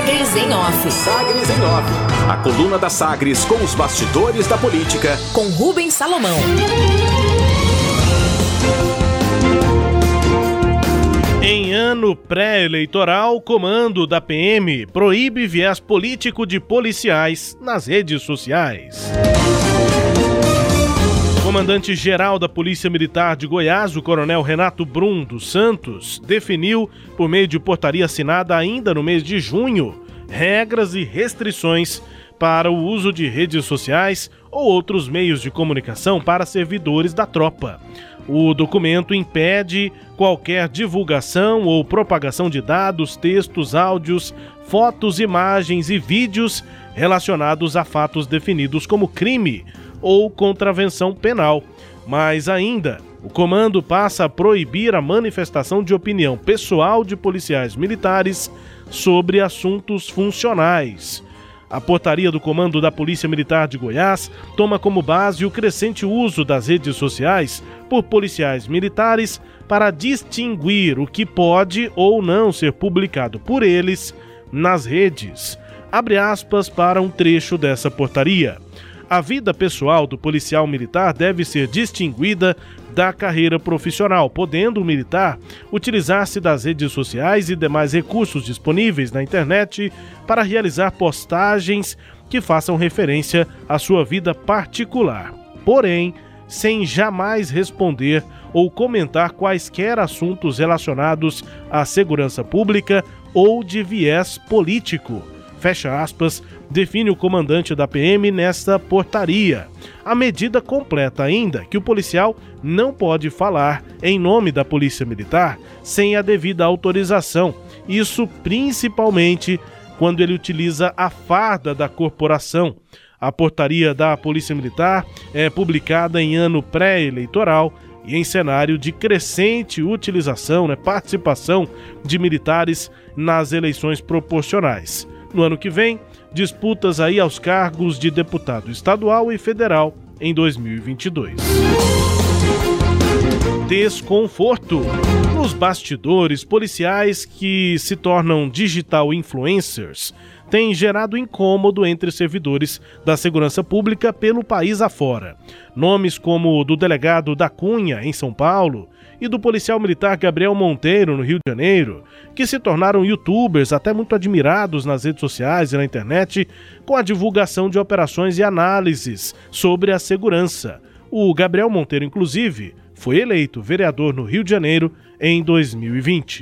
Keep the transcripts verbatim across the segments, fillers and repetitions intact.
Sagres em Off. Sagres em Off. A coluna da Sagres com os bastidores da política. Com Rubens Salomão. Em ano pré-eleitoral, comando da P M proíbe viés político de policiais nas redes sociais. O comandante-geral da Polícia Militar de Goiás, o coronel Renato Brum dos Santos, definiu, por meio de portaria assinada ainda no mês de junho, regras e restrições para o uso de redes sociais ou outros meios de comunicação para servidores da tropa. O documento impede qualquer divulgação ou propagação de dados, textos, áudios, fotos, imagens e vídeos relacionados a fatos definidos como crime ou contravenção penal. Mas ainda, o comando passa a proibir a manifestação de opinião pessoal de policiais militares sobre assuntos funcionais. A portaria do comando da Polícia Militar de Goiás toma como base o crescente uso das redes sociais por policiais militares para distinguir o que pode ou não ser publicado por eles nas redes. Abre aspas para um trecho dessa portaria. A vida pessoal do policial militar deve ser distinguida da carreira profissional, podendo o militar utilizar-se das redes sociais e demais recursos disponíveis na internet para realizar postagens que façam referência à sua vida particular, porém, sem jamais responder ou comentar quaisquer assuntos relacionados à segurança pública ou de viés político. Fecha aspas, define o comandante da P M nesta portaria. A medida completa ainda que o policial não pode falar em nome da Polícia Militar sem a devida autorização, isso principalmente quando ele utiliza a farda da corporação. A portaria da Polícia Militar é publicada em ano pré-eleitoral e em cenário de crescente utilização, né, participação de militares nas eleições proporcionais. No ano que vem, disputas aí aos cargos de deputado estadual e federal em dois mil e vinte e dois. Desconforto. Nos bastidores, policiais que se tornam digital influencers têm gerado incômodo entre servidores da segurança pública pelo país afora. Nomes como o do delegado da Cunha, em São Paulo, e do policial militar Gabriel Monteiro, no Rio de Janeiro, que se tornaram youtubers até muito admirados nas redes sociais e na internet com a divulgação de operações e análises sobre a segurança. O Gabriel Monteiro, inclusive, foi eleito vereador no Rio de Janeiro em dois mil e vinte.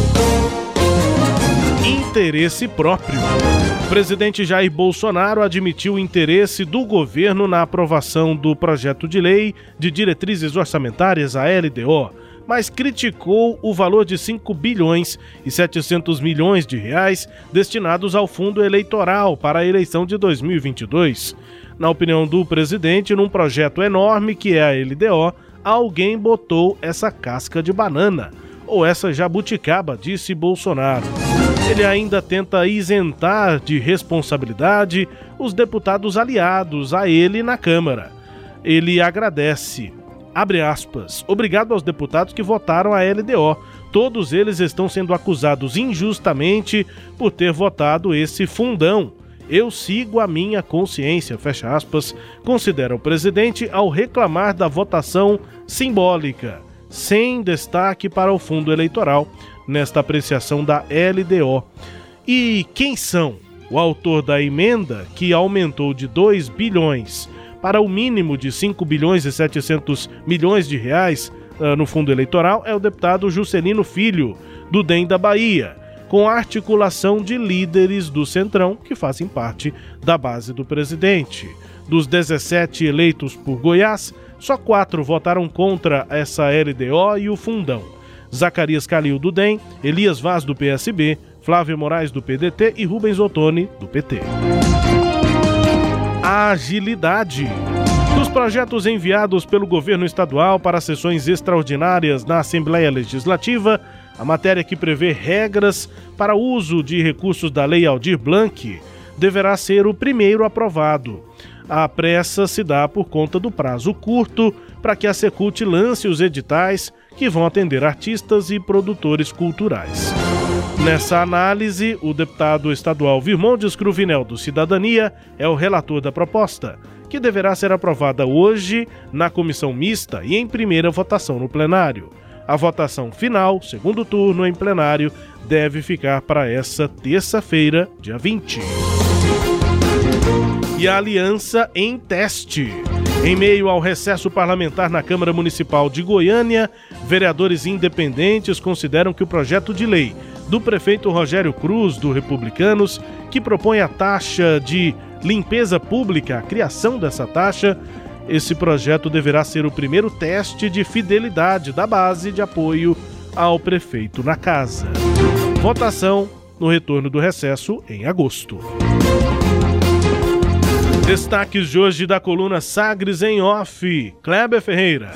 Interesse próprio. O presidente Jair Bolsonaro admitiu o interesse do governo na aprovação do projeto de lei de diretrizes orçamentárias, a L D O, mas criticou o valor de cinco bilhões e setecentos milhões de reais destinados ao fundo eleitoral para a eleição de dois mil e vinte e dois. Na opinião do presidente, num projeto enorme que é a L D O, alguém botou essa casca de banana, ou essa jabuticaba, disse Bolsonaro. Ele ainda tenta isentar de responsabilidade os deputados aliados a ele na Câmara. Ele agradece, abre aspas, obrigado aos deputados que votaram a L D O. Todos eles estão sendo acusados injustamente por ter votado esse fundão. Eu sigo a minha consciência, fecha aspas, considera o presidente ao reclamar da votação simbólica, sem destaque para o fundo eleitoral, nesta apreciação da L D O. E quem são? O autor da emenda, que aumentou de dois bilhões para o mínimo de cinco bilhões e setecentos milhões de reais uh, no fundo eleitoral, é o deputado Juscelino Filho, do D E M da Bahia, com a articulação de líderes do Centrão, que fazem parte da base do presidente. Dos dezessete eleitos por Goiás, só quatro votaram contra essa L D O e o fundão. Zacarias Calil, do D E M, Elias Vaz, do P S B, Flávio Moraes, do P D T e Rubens Ottoni, do P T. Agilidade. Dos projetos enviados pelo governo estadual para sessões extraordinárias na Assembleia Legislativa, a matéria que prevê regras para o uso de recursos da Lei Aldir Blanc deverá ser o primeiro aprovado. A pressa se dá por conta do prazo curto para que a Secult lance os editais que vão atender artistas e produtores culturais. Nessa análise, o deputado estadual Virmondes Cruvinel, do Cidadania, é o relator da proposta, que deverá ser aprovada hoje na comissão mista e em primeira votação no plenário. A votação final, segundo turno em plenário, deve ficar para essa terça-feira, dia vinte. E a aliança em teste. Em meio ao recesso parlamentar na Câmara Municipal de Goiânia, vereadores independentes consideram que o projeto de lei do prefeito Rogério Cruz, do Republicanos, que propõe a taxa de limpeza pública, a criação dessa taxa, esse projeto deverá ser o primeiro teste de fidelidade da base de apoio ao prefeito na casa. Votação no retorno do recesso em agosto. Destaques de hoje da coluna Sagres em Off. Kleber Ferreira.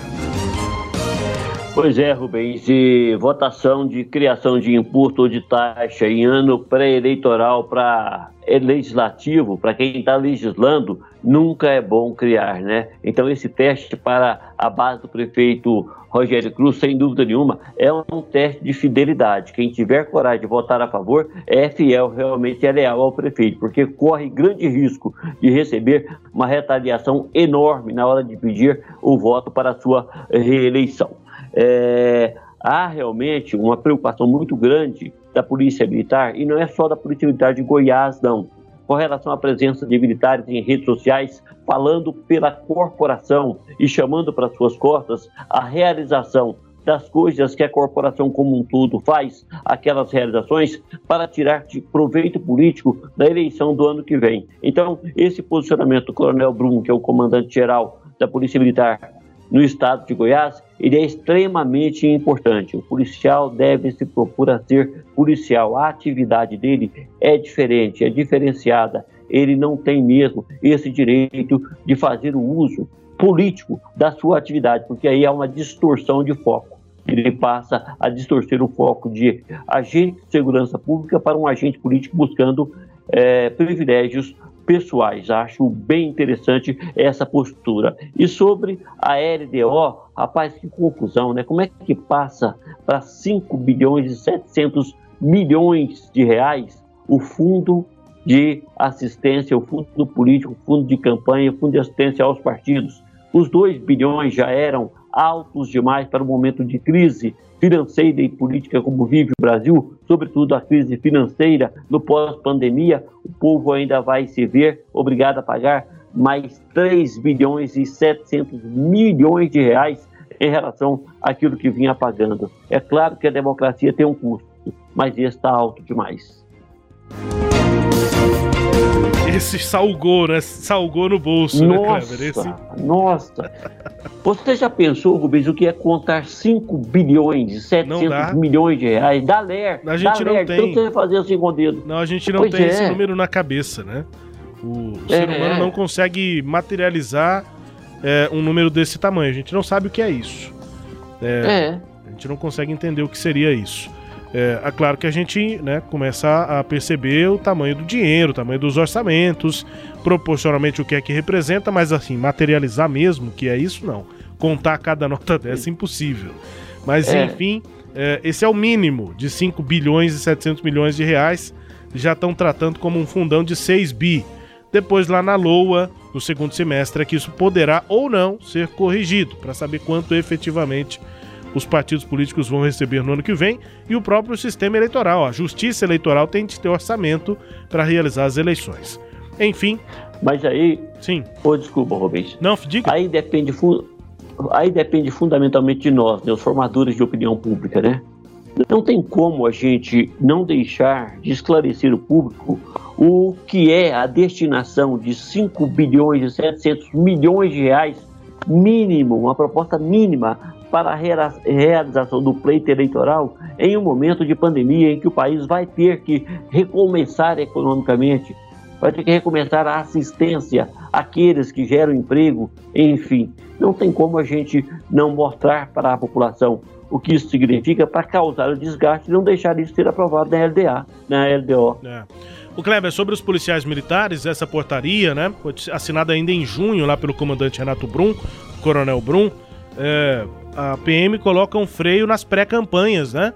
Pois é, Rubens, e votação de criação de imposto ou de taxa em ano pré-eleitoral para legislativo, para quem está legislando, nunca é bom criar, né? Então esse teste para a base do prefeito Rogério Cruz, sem dúvida nenhuma, é um teste de fidelidade. Quem tiver coragem de votar a favor é fiel, realmente é leal ao prefeito, porque corre grande risco de receber uma retaliação enorme na hora de pedir o voto para a sua reeleição. É, há realmente uma preocupação muito grande da Polícia Militar, e não é só da Polícia Militar de Goiás, não, com relação à presença de militares em redes sociais, falando pela corporação e chamando para suas costas a realização das coisas que a corporação como um todo faz, aquelas realizações, para tirar de proveito político da eleição do ano que vem. Então, esse posicionamento do Coronel Brum, que é o comandante-geral da Polícia Militar no estado de Goiás, ele é extremamente importante. O policial deve se propor a ser policial. A atividade dele é diferente, é diferenciada. Ele não tem mesmo esse direito de fazer o uso político da sua atividade, porque aí há uma distorção de foco. Ele passa a distorcer o foco de agente de segurança pública para um agente político buscando é, privilégios pessoais. Acho bem interessante essa postura. E sobre a L D O, rapaz, que confusão, né? Como é que passa para cinco bilhões e setecentos milhões de reais o fundo de assistência, o fundo político, o fundo de campanha, o fundo de assistência aos partidos? Os dois bilhões já eram altos demais para o momento de crise financeira e política como vive o Brasil, sobretudo a crise financeira no pós-pandemia. O povo ainda vai se ver obrigado a pagar mais três bilhões e setecentos milhões de reais em relação àquilo que vinha pagando. É claro que a democracia tem um custo, mas esse está alto demais. Esse salgou, né? Salgou no bolso, nossa, né, Kleber? Esse... Nossa! Você já pensou, Rubens, o que é contar cinco bilhões e setecentos milhões de reais? Dá ler, a gente dá não ler, tem. então você vai fazer assim com o dedo. Não, a gente não pois tem é. esse número na cabeça, né? O é, ser humano é. não consegue materializar é, um número desse tamanho. A gente não sabe o que é isso. É, é. A gente não consegue entender o que seria isso. É, é claro que a gente, né, começa a perceber o tamanho do dinheiro, o tamanho dos orçamentos, proporcionalmente o que é que representa, mas assim, materializar mesmo o que é isso, não. Contar cada nota dessa é impossível. Mas é. enfim, é, esse é o mínimo de cinco bilhões e setecentos milhões de reais. Já estão tratando como um fundão de seis bi. Depois lá na LOA, no segundo semestre, é que isso poderá ou não ser corrigido, para saber quanto efetivamente os partidos políticos vão receber no ano que vem, e o próprio sistema eleitoral. A justiça eleitoral tem de ter orçamento para realizar as eleições. Enfim... Mas aí... Sim. Oh, desculpa, Rubens. Não, diga. Aí depende, fu... aí depende fundamentalmente de nós, né, os formadores de opinião pública, né? Não tem como a gente não deixar de esclarecer o público o que é a destinação de cinco bilhões e setecentos milhões de reais mínimo, uma proposta mínima para a realização do pleito eleitoral em um momento de pandemia em que o país vai ter que recomeçar economicamente, vai ter que recomeçar a assistência àqueles que geram emprego, enfim. Não tem como a gente não mostrar para a população o que isso significa para causar o desgaste e não deixar isso ser aprovado na L D A, na L D O. É. O Kleber, sobre os policiais militares, essa portaria, né, foi assinada ainda em junho lá pelo comandante Renato Brum, Coronel Brum, é, a P M coloca um freio nas pré-campanhas, né,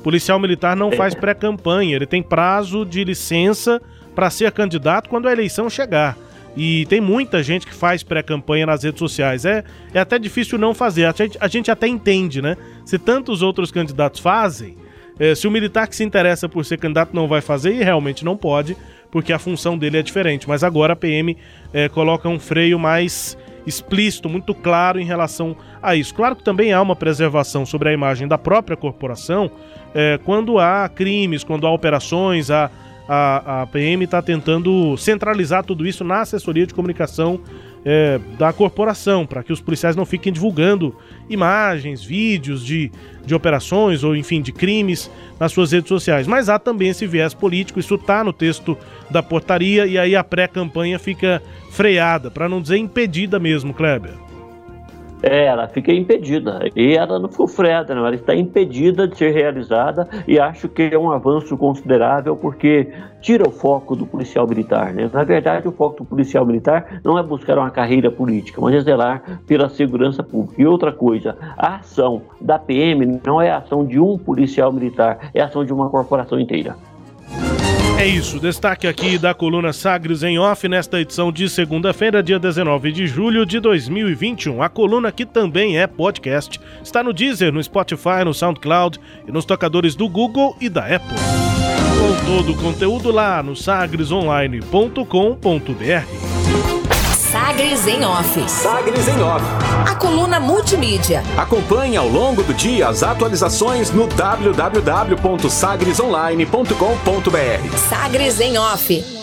Policial militar não faz pré-campanha, ele tem prazo de licença para ser candidato quando a eleição chegar. E tem muita gente que faz pré-campanha nas redes sociais. É, é até difícil não fazer. A gente, a gente até entende, né? Se tantos outros candidatos fazem, é, se o militar que se interessa por ser candidato não vai fazer, e realmente não pode, porque a função dele é diferente. Mas agora a P M é, coloca um freio mais explícito, muito claro em relação a isso. Claro que também há uma preservação sobre a imagem da própria corporação é, quando há crimes, quando há operações, há A, a P M está tentando centralizar tudo isso na assessoria de comunicação é, da corporação, para que os policiais não fiquem divulgando imagens, vídeos de, de operações ou, enfim, de crimes nas suas redes sociais. Mas há também esse viés político, isso está no texto da portaria, e aí a pré-campanha fica freada, para não dizer impedida mesmo, Kleber. É, ela fica impedida, e ela não foi freada, não, ela está impedida de ser realizada, e acho que é um avanço considerável, porque tira o foco do policial militar, né? Na verdade, o foco do policial militar não é buscar uma carreira política, mas é zelar pela segurança pública. E outra coisa, a ação da P M não é a ação de um policial militar, é a ação de uma corporação inteira. É isso, destaque aqui da coluna Sagres em Off nesta edição de segunda-feira, dia dezenove de julho de dois mil e vinte e um. A coluna, que também é podcast, está no Deezer, no Spotify, no SoundCloud e nos tocadores do Google e da Apple. Com todo o conteúdo lá no sagres online ponto com ponto b r. Sagres em Off. Sagres em Off. A coluna multimídia. Acompanhe ao longo do dia as atualizações no w w w ponto sagres online ponto com ponto b r. Sagres em Off.